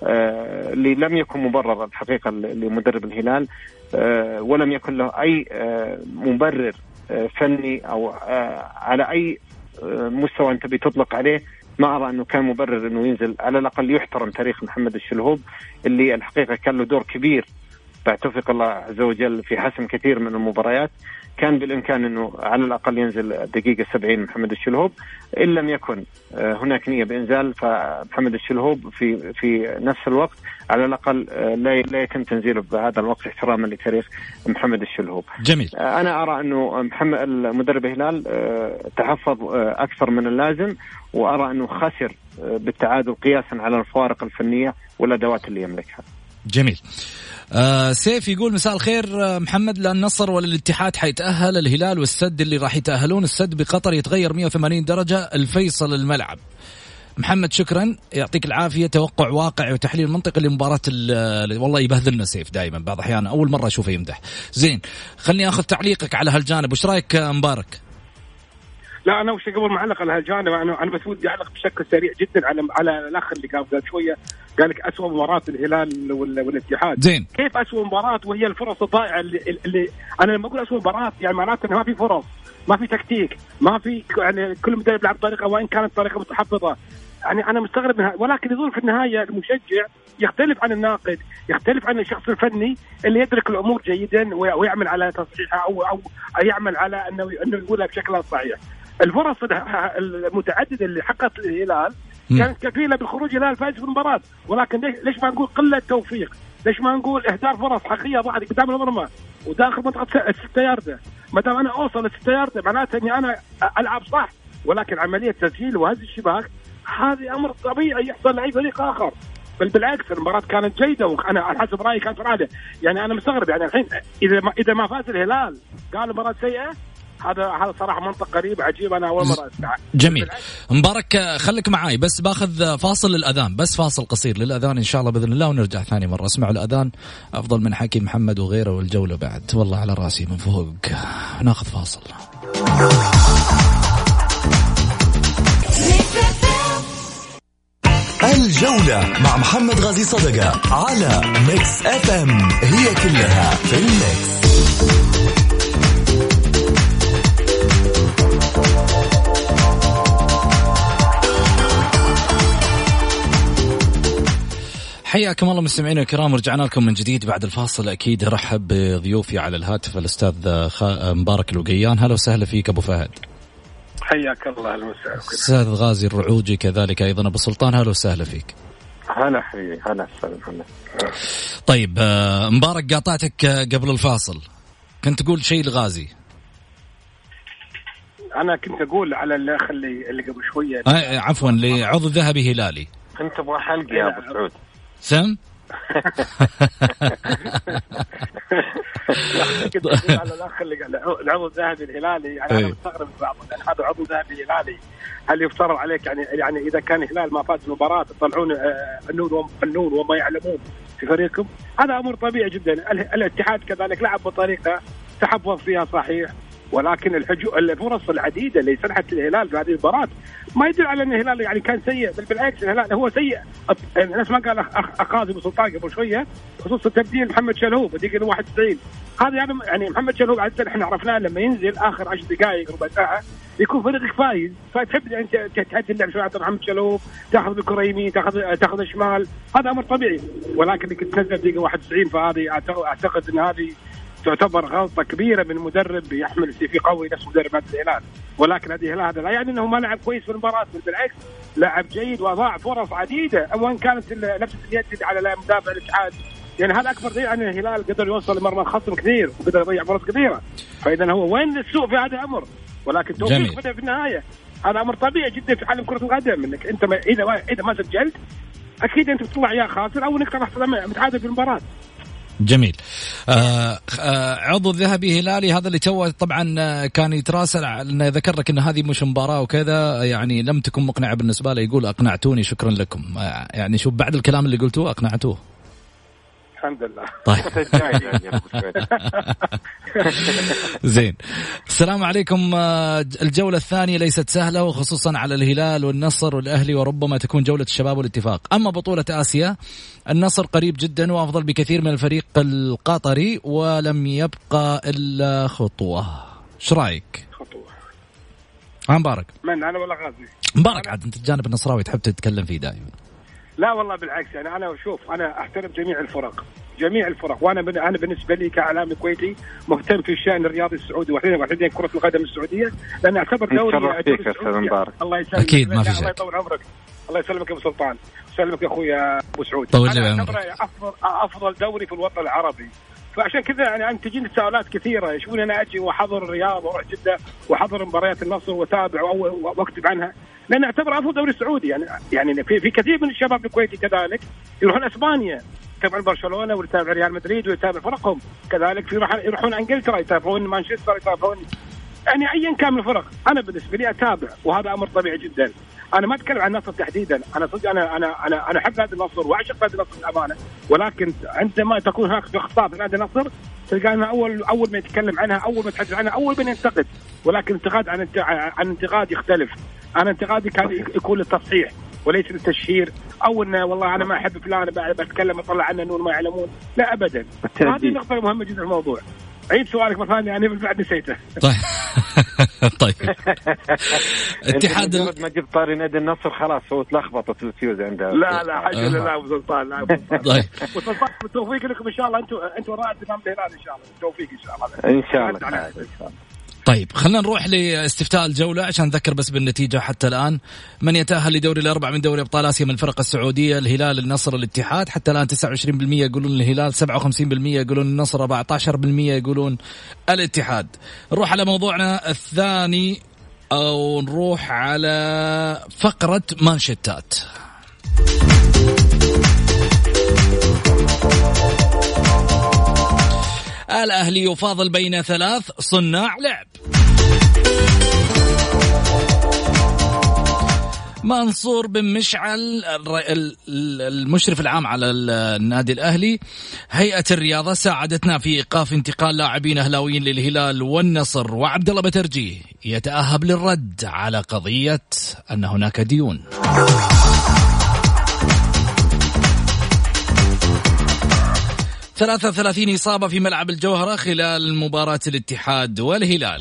اللي لم يكن مبرر الحقيقة لمدرب الهلال، ولم يكن له أي مبرر فني أو على أي مستوى أنت بتطلق عليه. ما أرى أنه كان مبرر أنه ينزل. على الأقل يحترم تاريخ محمد الشلهوب اللي الحقيقة كان له دور كبير بعد توفيق الله عز وجل في حسم كثير من المباريات. كان بالإمكان أنه على الأقل ينزل دقيقة سبعين محمد الشلهوب. إن لم يكن هناك نية بإنزال فمحمد الشلهوب في في نفس الوقت على الأقل لا لا يتم تنزيله بهذا الوقت احتراما لتاريخ محمد الشلهوب. جميل. أنا أرى أنه محمد المدرب الهلال تحفظ أكثر من اللازم، وأرى أنه خسر بالتعادل قياسا على الفوارق الفنية والأدوات اللي يملكها. جميل. آه سيف يقول مساء الخير محمد، لا النصر ولا الاتحاد حيتأهل، الهلال والسد اللي راح يتأهلون. السد بقطر يتغير مية وثمانين درجة، الفيصل الملعب. محمد شكرا، يعطيك العافية. توقع واقعي وتحليل منطقي لمباراة. والله يبهذلنا سيف دائما، بعض أحيانا أول مرة أشوفه يمدح. زين، خلني أخذ تعليقك على هالجانب. وش رأيك مبارك؟ لا انا وش قبل ما اعلق على هالجانب، انا انا بس ودي اعلق بشكل سريع جدا على على الاخ اللي قال قبل شويه، قال لك اسوء مباراه الهلال والاتحاد. زين، كيف اسوء مباراه وهي الفرص الضائعه اللي, اللي انا لما اقول اسوء مباراه يعني معناته انه ما في فرص، ما في تكتيك، ما في يعني كل مدرب يلعب طريقه وان كانت طريقه متحفظه. يعني انا مستغرب منها، ولكن يظل في النهايه المشجع يختلف عن الناقد، يختلف عن الشخص الفني اللي يدرك الامور جيدا ويعمل على تصحيحها او او يعمل على انه انه يقولها بشكل صحيح. الفرص المتعددة اللي حققت الهلال كانت كفيلة بالخروج الهلال فايز في المباراة، ولكن ليش ما نقول قلة توفيق؟ ليش ما نقول إهدار فرص حقيقية ضاعت قدام المرمى وداخل منطقة الستة ياردة؟ ما دام أنا أوصل الستة ياردة معناته إني أنا ألعب صح، ولكن عملية تسجيل وهز الشباك هذه أمر طبيعي يحصل لأي فريق آخر. بل بالعكس المباراة كانت جيدة، وأنا على حسب رأيي كانت عادة. يعني أنا مستغرب يعني الحين إذا ما إذا ما فاز الهلال قال المباراة سيئة، هذا هذا صراحة منطق قريب عجيب، أنا أول مرة أسمع. جميل. مبارك خليك معاي بس باخذ فاصل للأذان، بس فاصل قصير للأذان إن شاء الله بإذن الله، ونرجع ثاني مرة. اسمعوا الأذان أفضل من حكي محمد وغيره والجولة بعد، والله على راسي من فوق. ناخذ فاصل. الجولة مع محمد غازي صدقة على ميكس اف ام، هي كلها في الميكس. حياكم الله مستمعينا الكرام، رجعنا لكم من جديد بعد الفاصل. أكيد رحب بضيوفي على الهاتف الأستاذ مبارك الوقيان. هلا وسهلا فيك أبو فهد. حياك الله المساء. أستاذ غازي الرعوجي كذلك أيضا أبو سلطان، هلا وسهلا فيك. هلا حبيبي. هلا أستاذ محمد. طيب مبارك قاطعتك قبل الفاصل، كنت تقول شيء لغازي. أنا كنت أقول على الأخ اللي اللي قبل شوية آه عفوا لعضو ذهبي هلالي. كنت أبغى حلقة يا أبو سعود. سم على الأخ اللي العضو الذهبي الهلالي، يعني أنا مستغرب بعض، يعني هذا عضو ذهبي هلالي، هل يفترض عليك يعني يعني إذا كان الهلال ما فاز المباراة تطلعون النون النون وما يعلمون في فريقكم؟ هذا أمر طبيعي جدا. الاتحاد كذلك لعب بطريقة تحفظ فيها صحيح، ولكن الفرص العديدة اللي سنحت الهلال في هذه المباراة ما يدل على أن الهلال يعني كان سيء، بل بالعكس الهلال هو سيء. الناس ما قال أخاذ أبو سلطان قبل شوية خصوصا تبديل محمد شلهوب دقيقة واحد وتسعين. هذا يعني يعني محمد شلهوب عادة احنا عرفناه لما ينزل آخر عشر دقائق ربع ساعة يكون فريقك فايز، فتحب أنت تهدي اللعب شوية على محمد شلهوب، تأخذ بالكرة يمين، تأخذ تأخذ الشمال، هذا أمر طبيعي. ولكن إنك تنزل دقيقة واحد وتسعين فهذه أعتقد أن هذه تعتبر غلطة كبيرة من مدرب يحمل سي في قوي نفس مدرب هذا الهلال. ولكن هذه الهلال هذا لا يعني أنه ما لعب كويس في المباراة، بالعكس لعب جيد وضاع فرص عديدة، وإن كانت نفس اليد على لا مدافع الاتحاد. يعني هذا أكبر دليل أن الهلال قدر يوصل لمرمى الخصم كثير وقدر يضيع فرص كثيرة. فإذا هو وين السوء في هذا الأمر؟ ولكن توفيق بدأ في النهاية. هذا أمر طبيعي جدا في عالم كرة القدم، إنك أنت ما إذا ما إذا ما سجلت أكيد أنت بتطلع يا خاسر أو إنك راح تطلع متعادل في المباراة. جميل. آه آه عضو الذهبي هلالي هذا اللي تو طبعا كان يتراسل انه ذكر لك ان هذه مش مباراه وكذا، يعني لم تكن مقنعه بالنسبه له، يقول اقنعتوني شكرا لكم. آه يعني شوف بعد الكلام اللي قلتوه اقنعتوه. الحمد لله. طيب زين. السلام عليكم. الجولة الثانية ليست سهلة، وخصوصا على الهلال والنصر والأهلي، وربما تكون جولة الشباب والاتفاق. أما بطولة آسيا النصر قريب جدا وأفضل بكثير من الفريق القطري، ولم يبقى إلا خطوة. ايش رايك؟ خطوة. مبارك. من أنا ولا غازي؟ مبارك. عاد أنت الجانب النصراوي تحب تتكلم فيه دائما. لا والله بالعكس، يعني أنا شوف أنا أحترم جميع الفرق جميع الفرق وأنا بن... أنا بالنسبة لي كإعلامي كويتي مهتم في الشأن الرياضي السعودي وحين وحين كرة القدم السعودية، لأن أعتبر دوري الله يسلمك. أكيد ما في شك. الله يطول عمرك. الله يسلمك يا أبو سلطان، يسلمك يا أخويا أبو سعود. طول أنا عمرك. أفضل أفضل دوري في الوطن العربي، فعشان كذا يعني أنا تجيني تساؤلات كثيرة، يشوفون أنا أجي وأحضر الرياض وأروح جدة وأحضر مباريات النصر وأتابع وأكتب عنها، لأن أعتبر أفضل دوري سعودي. يعني يعني في في كثير من الشباب الكويتي كذلك يروحون أسبانيا يتابعون برشلونة ويتابع ريال مدريد ويتابع فرقهم، كذلك في يروحون إنجلترا يتابعون مانشستر يتابعون، يعني أيا كان من الفرق. أنا بالنسبة لي أتابع وهذا أمر طبيعي جدا. أنا ما أتكلم عن النصر تحديدا، أنا صدق أنا أنا أنا أنا أحب نادي النصر وأعشق نادي النصر الأمانة، ولكن عندما تكون هناك إخطاء في نادي النصر تلقى أنا أول أول ما يتكلم عنها أول ما يتحدث عنها أول من ينتقد، ولكن انتقاد عن عن انتقاد يختلف. أنا انتقادي كان يكون للتصحيح وليس للتشهير، أو إن والله أنا ما أحب فلان بتكلم أطلع عنه إنه ما يعلمون، لا أبدا. هذه نقطة مهمة جدا في الموضوع. عيد سؤالك مرة ثانية، أنا بعد نسيته. طيب طيب اتحاد ما جبت طاري نادي النصر خلاص هو تلخبطت الفيوز عنده. لا لا حاجة لا أبو سلطان لا أبو سلطان. طيب وسلطان بالتوفيق لكم إن شاء الله، أنتم أنتم رائد الإمام الهلال إن شاء الله، بالتوفيق إن شاء الله. إن شاء الله. إن شاء الله. طيب خلينا نروح لاستفتاء الجولة عشان نذكر بس بالنتيجة حتى الآن. من يتأهل لدوري الأربع من دوري أبطال آسيا من الفرق السعودية؟ الهلال، النصر، الاتحاد. حتى الآن تسعة وعشرين بالمئة يقولون الهلال، سبعة وخمسين بالمئة يقولون النصر، أربعة عشر بالمئة يقولون الاتحاد. نروح على موضوعنا الثاني أو نروح على فقرة مانشيتات. الأهلي يفاضل بين ثلاث صناع لعب. منصور بن مشعل المشرف العام على النادي الأهلي: هيئة الرياضة ساعدتنا في إيقاف انتقال لاعبين أهلاويين للهلال والنصر، وعبد الله بترجي يتأهب للرد على قضية أن هناك ديون. ثلاثة وثلاثين إصابة في ملعب الجوهرة خلال مباراة الاتحاد والهلال.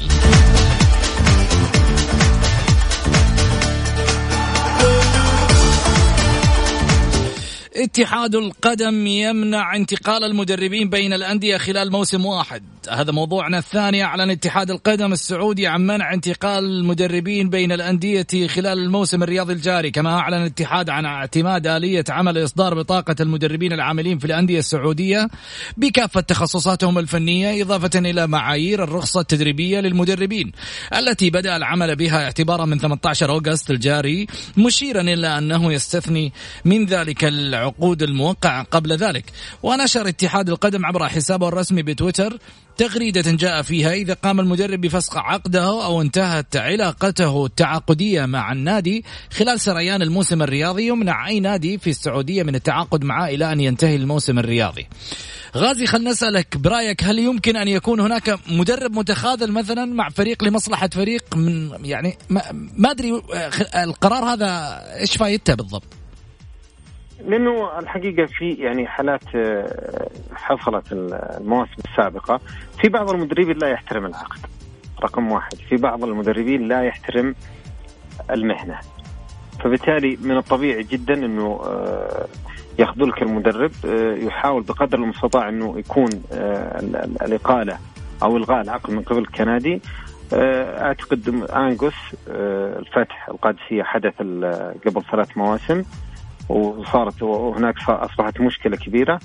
اتحاد القدم يمنع انتقال المدربين بين الأندية خلال موسم واحد. هذا موضوعنا الثاني. أعلن اتحاد القدم السعودي عن منع انتقال المدربين بين الأندية خلال الموسم الرياضي الجاري. كما أعلن الاتحاد عن اعتماد آلية عمل إصدار بطاقة المدربين العاملين في الأندية السعودية بكافة تخصصاتهم الفنية، إضافة إلى معايير الرخصة التدريبية للمدربين التي بدأ العمل بها اعتبارا من ثمانية عشر أغسطس الجاري، مشيرا إلى أنه يستثني من ذلك العقود الموقعة قبل ذلك. ونشر اتحاد القدم عبر حسابه الرسمي بتويتر تغريدة جاء فيها: إذا قام المدرب بفسخ عقده أو انتهت علاقته التعاقدية مع النادي خلال سريان الموسم الرياضي، يمنع أي نادي في السعودية من التعاقد معه إلى أن ينتهي الموسم الرياضي. غازي، خل نسألك برأيك، هل يمكن أن يكون هناك مدرب متخاذل مثلا مع فريق لمصلحة فريق من يعني ما, ما أدري القرار هذا إيش فايدته بالضبط؟ لأنه الحقيقة في يعني حالات حصلت المواسم السابقة، في بعض المدربين لا يحترم العقد رقم واحد، في بعض المدربين لا يحترم المهنة، فبالتالي من الطبيعي جدا أنه يخذلك المدرب، يحاول بقدر المستطاع أنه يكون الإقالة أو إلغاء العقد من قبل كنادي. أعتقد أنغوس الفتح القادسية حدث قبل ثلاث مواسم وصارت وهناك أصبحت مشكلة كبيرة.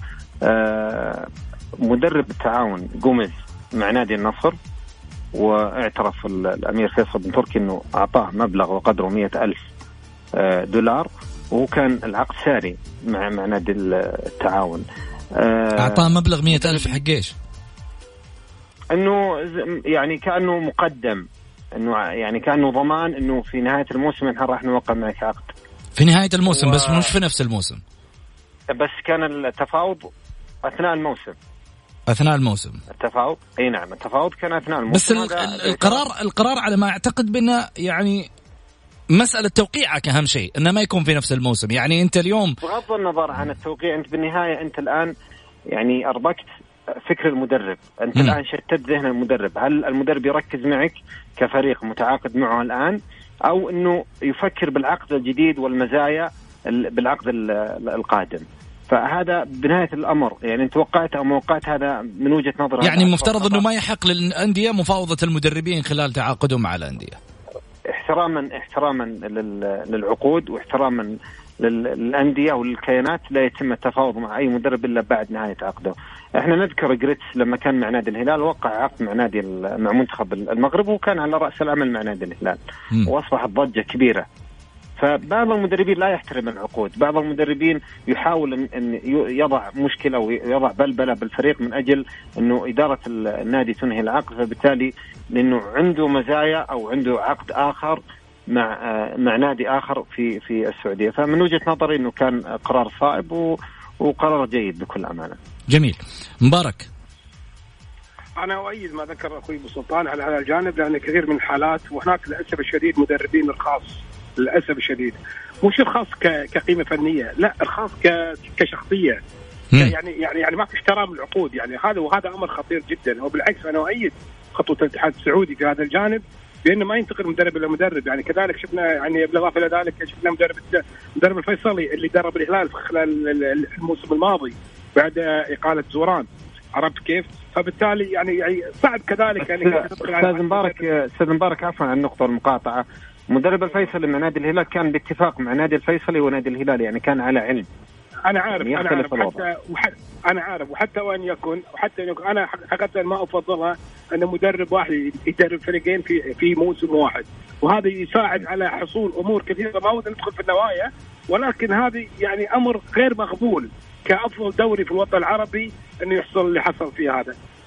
مدرب التعاون جوميز مع نادي النصر، واعترف الأمير فيصل بن تركي أنه أعطاه مبلغ وقدره مئة ألف دولار، وكان العقد ساري مع مع نادي التعاون. أعطاه مبلغ مئة ألف حق إيش؟ إنه يعني كأنه مقدم، إنه يعني كأنه ضمان إنه في نهاية الموسم إحنا راح نوقع معك عقد في نهاية الموسم و... بس مش في نفس الموسم، بس كان التفاوض أثناء الموسم. أثناء الموسم التفاوض، أي نعم التفاوض كان أثناء الموسم. بس القرار القرار على ما أعتقد بأنه يعني مسألة توقيعك أهم شيء، إنه ما يكون في نفس الموسم. يعني أنت اليوم بغض النظر عن التوقيع، أنت بالنهاية أنت الآن يعني أربكت فكر المدرب، أنت م. الآن شتت ذهن المدرب. هل المدرب يركز معك كفريق متعاقد معه الآن، أو أنه يفكر بالعقد الجديد والمزايا بالعقد القادم؟ فهذا بنهاية الأمر يعني أنت وقعت أو موقعت، هذا من وجهة نظر. يعني مفترض أنه ما يحق للأندية مفاوضة المدربين خلال تعاقدهم مع الأندية، احتراما احتراما للعقود واحتراما للأندية والكيانات. لا يتم التفاوض مع أي مدرب إلا بعد نهاية عقده. احنا نذكر جريتس لما كان مع نادي الهلال وقع عقد مع نادي مع منتخب المغرب، وكان على رأس العمل مع نادي الهلال، م. وأصبحت ضجة كبيرة. فبعض المدربين لا يحترم العقود، بعض المدربين يحاول أن يضع مشكلة ويضع بلبلة بالفريق من أجل أنه إدارة النادي تنهي العقد، فبالتالي لأنه عنده مزايا أو عنده عقد آخر مع مع نادي آخر في في السعودية. فمن وجهة نظري أنه كان قرار صائب وقرار جيد بكل أمانة. جميل. مبارك. أنا أؤيد ما ذكر أخوي أبو سلطان على هذا الجانب، لأن كثير من الحالات وهناك للأسف الشديد مدربين الخاص للأسف الشديد مش الخاص كقيمة فنية، لا الخاص كشخصية، يعني يعني يعني ما في احترام العقود. يعني هذا وهذا أمر خطير جدا. وبالعكس أنا أؤيد خطوة الاتحاد السعودي في هذا الجانب، بأنه ما ينتقل مدرب إلى مدرب. يعني كذلك شفنا يعني بالإضافة إلى ذلك شفنا مدرب مدرب الفيصلي اللي درب الهلال خلال الموسم الماضي بعد إقالة زوران، عرفت كيف؟ فبالتالي يعني يعني صعب كذلك يعني. أستاذ مبارك أستاذ مبارك عفوا عن النقطة المقاطعة، مدرب الفيصلي مع نادي الهلال كان باتفاق مع نادي الفيصلي ونادي الهلال، يعني كان على علم. أنا عارف يعني أنا عارف حتى وحتى أنا عارف وحتى وأن يكون وحتى أن يكون أنا حقيقة ما أفضلها أن مدرب واحد يدرب فريقين في في موسم واحد، وهذا يساعد على حصول أمور كثيرة. ما ودنا ندخل في النوايا، ولكن هذه يعني أمر غير مقبول كأفضل دوري في الوطن العربي أنه يحصل اللي حصل فيه هذا.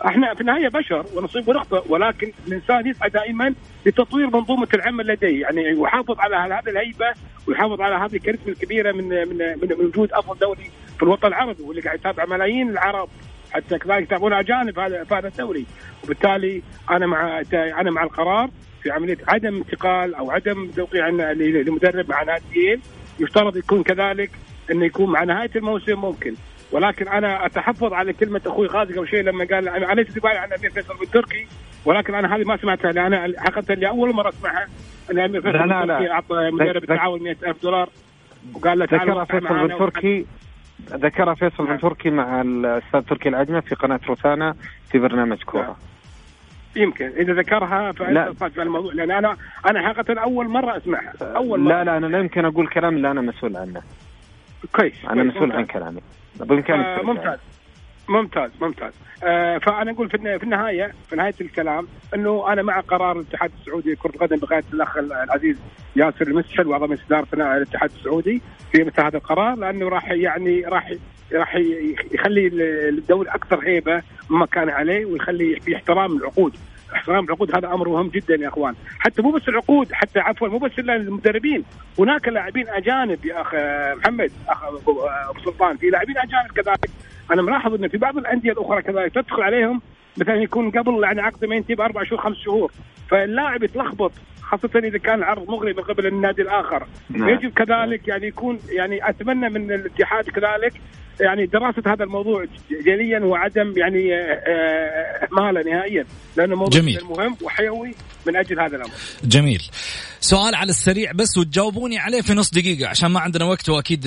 احنا في النهايه بشر ونصيب ونخطئ، ولكن الانسان يسعى دائما لتطوير منظومه العمل لديه، يعني يحافظ على هذه الهيبه ويحافظ على هذه الكاريزما الكبيره من من من وجود افضل دوري في الوطن العربي، واللي قاعد يتابع ملايين العرب حتى كذلك يتابعون اجانب هذا هذا الدوري. وبالتالي انا مع انا مع القرار في عمليه عدم انتقال او عدم توقيع لمدرب مع ناديين. يفترض يكون كذلك انه يكون مع نهايه الموسم ممكن، ولكن انا اتحفظ على كلمه اخوي غازي قبل شيء لما قال انا ليس تبالي عن امير فيصل بالتركي، ولكن انا هذه ما سمعتها، لأن انا حقيقه اللي اول مره اسمعها ان امير فيصل بالتركي اعطى مدرب التعاون مئة ألف دولار وقال له ذكر فيصل بالتركي ذكر فيصل بالتركي مع الاستاذ تركي العجمة في قناه روتانا في برنامج كوره. يمكن اذا ذكرها فانت صادق في الموضوع، لان انا انا حقيقه اول مره اسمعها اول مرة. لا لا انا لا يمكن اقول كلام اللي انا مسؤول عنه. كويس انا مسؤول ممتاز. عن كلامي بامكانك. آه ممتاز ممتاز ممتاز. آه فانا اقول في في النهايه في نهايه الكلام انه انا مع قرار الاتحاد السعودي لكره القدم بقياده الاخ العزيز ياسر المسحل وعضو مجلس اداره الاتحاد السعودي في مثل هذا القرار، لانه راح يعني راح راح يخلي الدوري اكثر هيبه مما كان عليه، ويخلي في احترام العقود. احترام العقود هذا امر مهم جدا يا اخوان، حتى مو بس العقود، حتى عفوا مو بس المدربين، هناك لاعبين اجانب يا اخ محمد اخ ابو سلطان، في لاعبين اجانب كذلك. انا ملاحظ ان في بعض الانديه الاخرى كذلك تدخل عليهم مثلا يكون قبل يعني عقد ما ينتهي باربع شهور خمس شهور، فاللاعب يتلخبط خاصه اذا كان العرض مغري من قبل النادي الاخر. نعم. يجب كذلك يعني يكون يعني اتمنى من الاتحاد كذلك يعني دراسه هذا الموضوع جليا وعدم يعني اهماله نهائيا، لانه موضوع جميل. مهم وحيوي من اجل هذا الامر. جميل. سؤال على السريع بس وتجاوبوني عليه في نص دقيقه عشان ما عندنا وقت، واكيد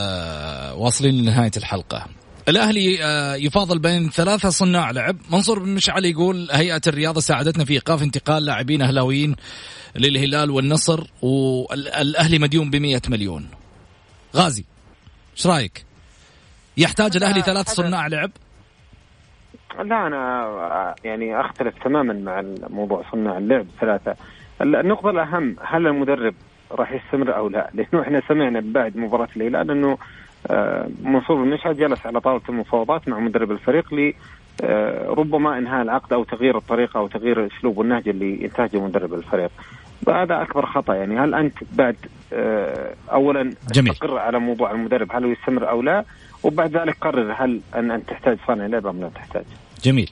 واصلين لنهايه الحلقه. الأهلي يفاضل بين ثلاثة صناع لعب. منصور بن مشعل يقول هيئة الرياضة ساعدتنا في إيقاف انتقال لاعبين أهلاويين للهلال والنصر، والأهلي مديون بمئة مليون. غازي ايش رايك؟ يحتاج الأهلي ثلاث صناع لعب؟ لا أنا يعني أختلف تماما مع موضوع صناع اللعب ثلاثة. النقطة الأهم هل المدرب راح يستمر أو لا؟ لأنه إحنا سمعنا بعد مباراة الهلال أنه منصور بن مشعل جلس على طاولة المفاوضات مع مدرب الفريق ل ربما انهاء العقد او تغيير الطريقه او تغيير الاسلوب والنهج اللي ينتهجه مدرب الفريق. هذا اكبر خطا. يعني هل انت بعد اولا تقرر على موضوع المدرب هل هو يستمر او لا، وبعد ذلك قرر هل ان انت تحتاج صانع لعب ام لا تحتاج. جميل.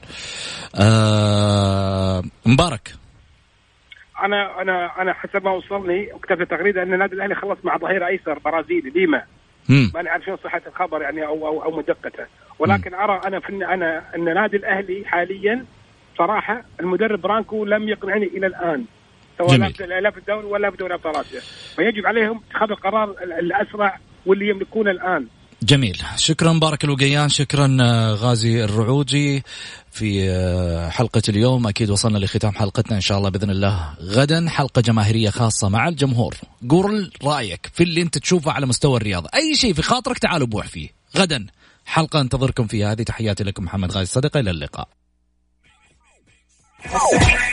آه مبارك. انا انا انا حسب ما وصلني وكتبت تغريده ان النادي الاهلي خلص مع ظهير ايسر برازيلي ليما. ما نعرف شو صحة الخبر يعني أو أو, أو مدقته، ولكن مم. أرى أنا في أنا أن نادي الأهلي حاليا صراحة المدرب برانكو لم يقنعني إلى الآن، سواء لا في الدوري ولا في دوري أبطال آسيا، فيجب عليهم اتخاذ القرار الأسرع واللي يملكونه الآن. جميل. شكرا مبارك الوقيان، شكرا غازي الرعوجي في حلقة اليوم. أكيد وصلنا لختام حلقتنا، إن شاء الله بإذن الله غدا حلقة جماهيرية خاصة مع الجمهور. قول رأيك في اللي أنت تشوفه على مستوى الرياضة، أي شيء في خاطرك تعالوا بوح فيه. غدا حلقة انتظركم فيها. هذه تحياتي لكم محمد غازي صدقة، إلى اللقاء.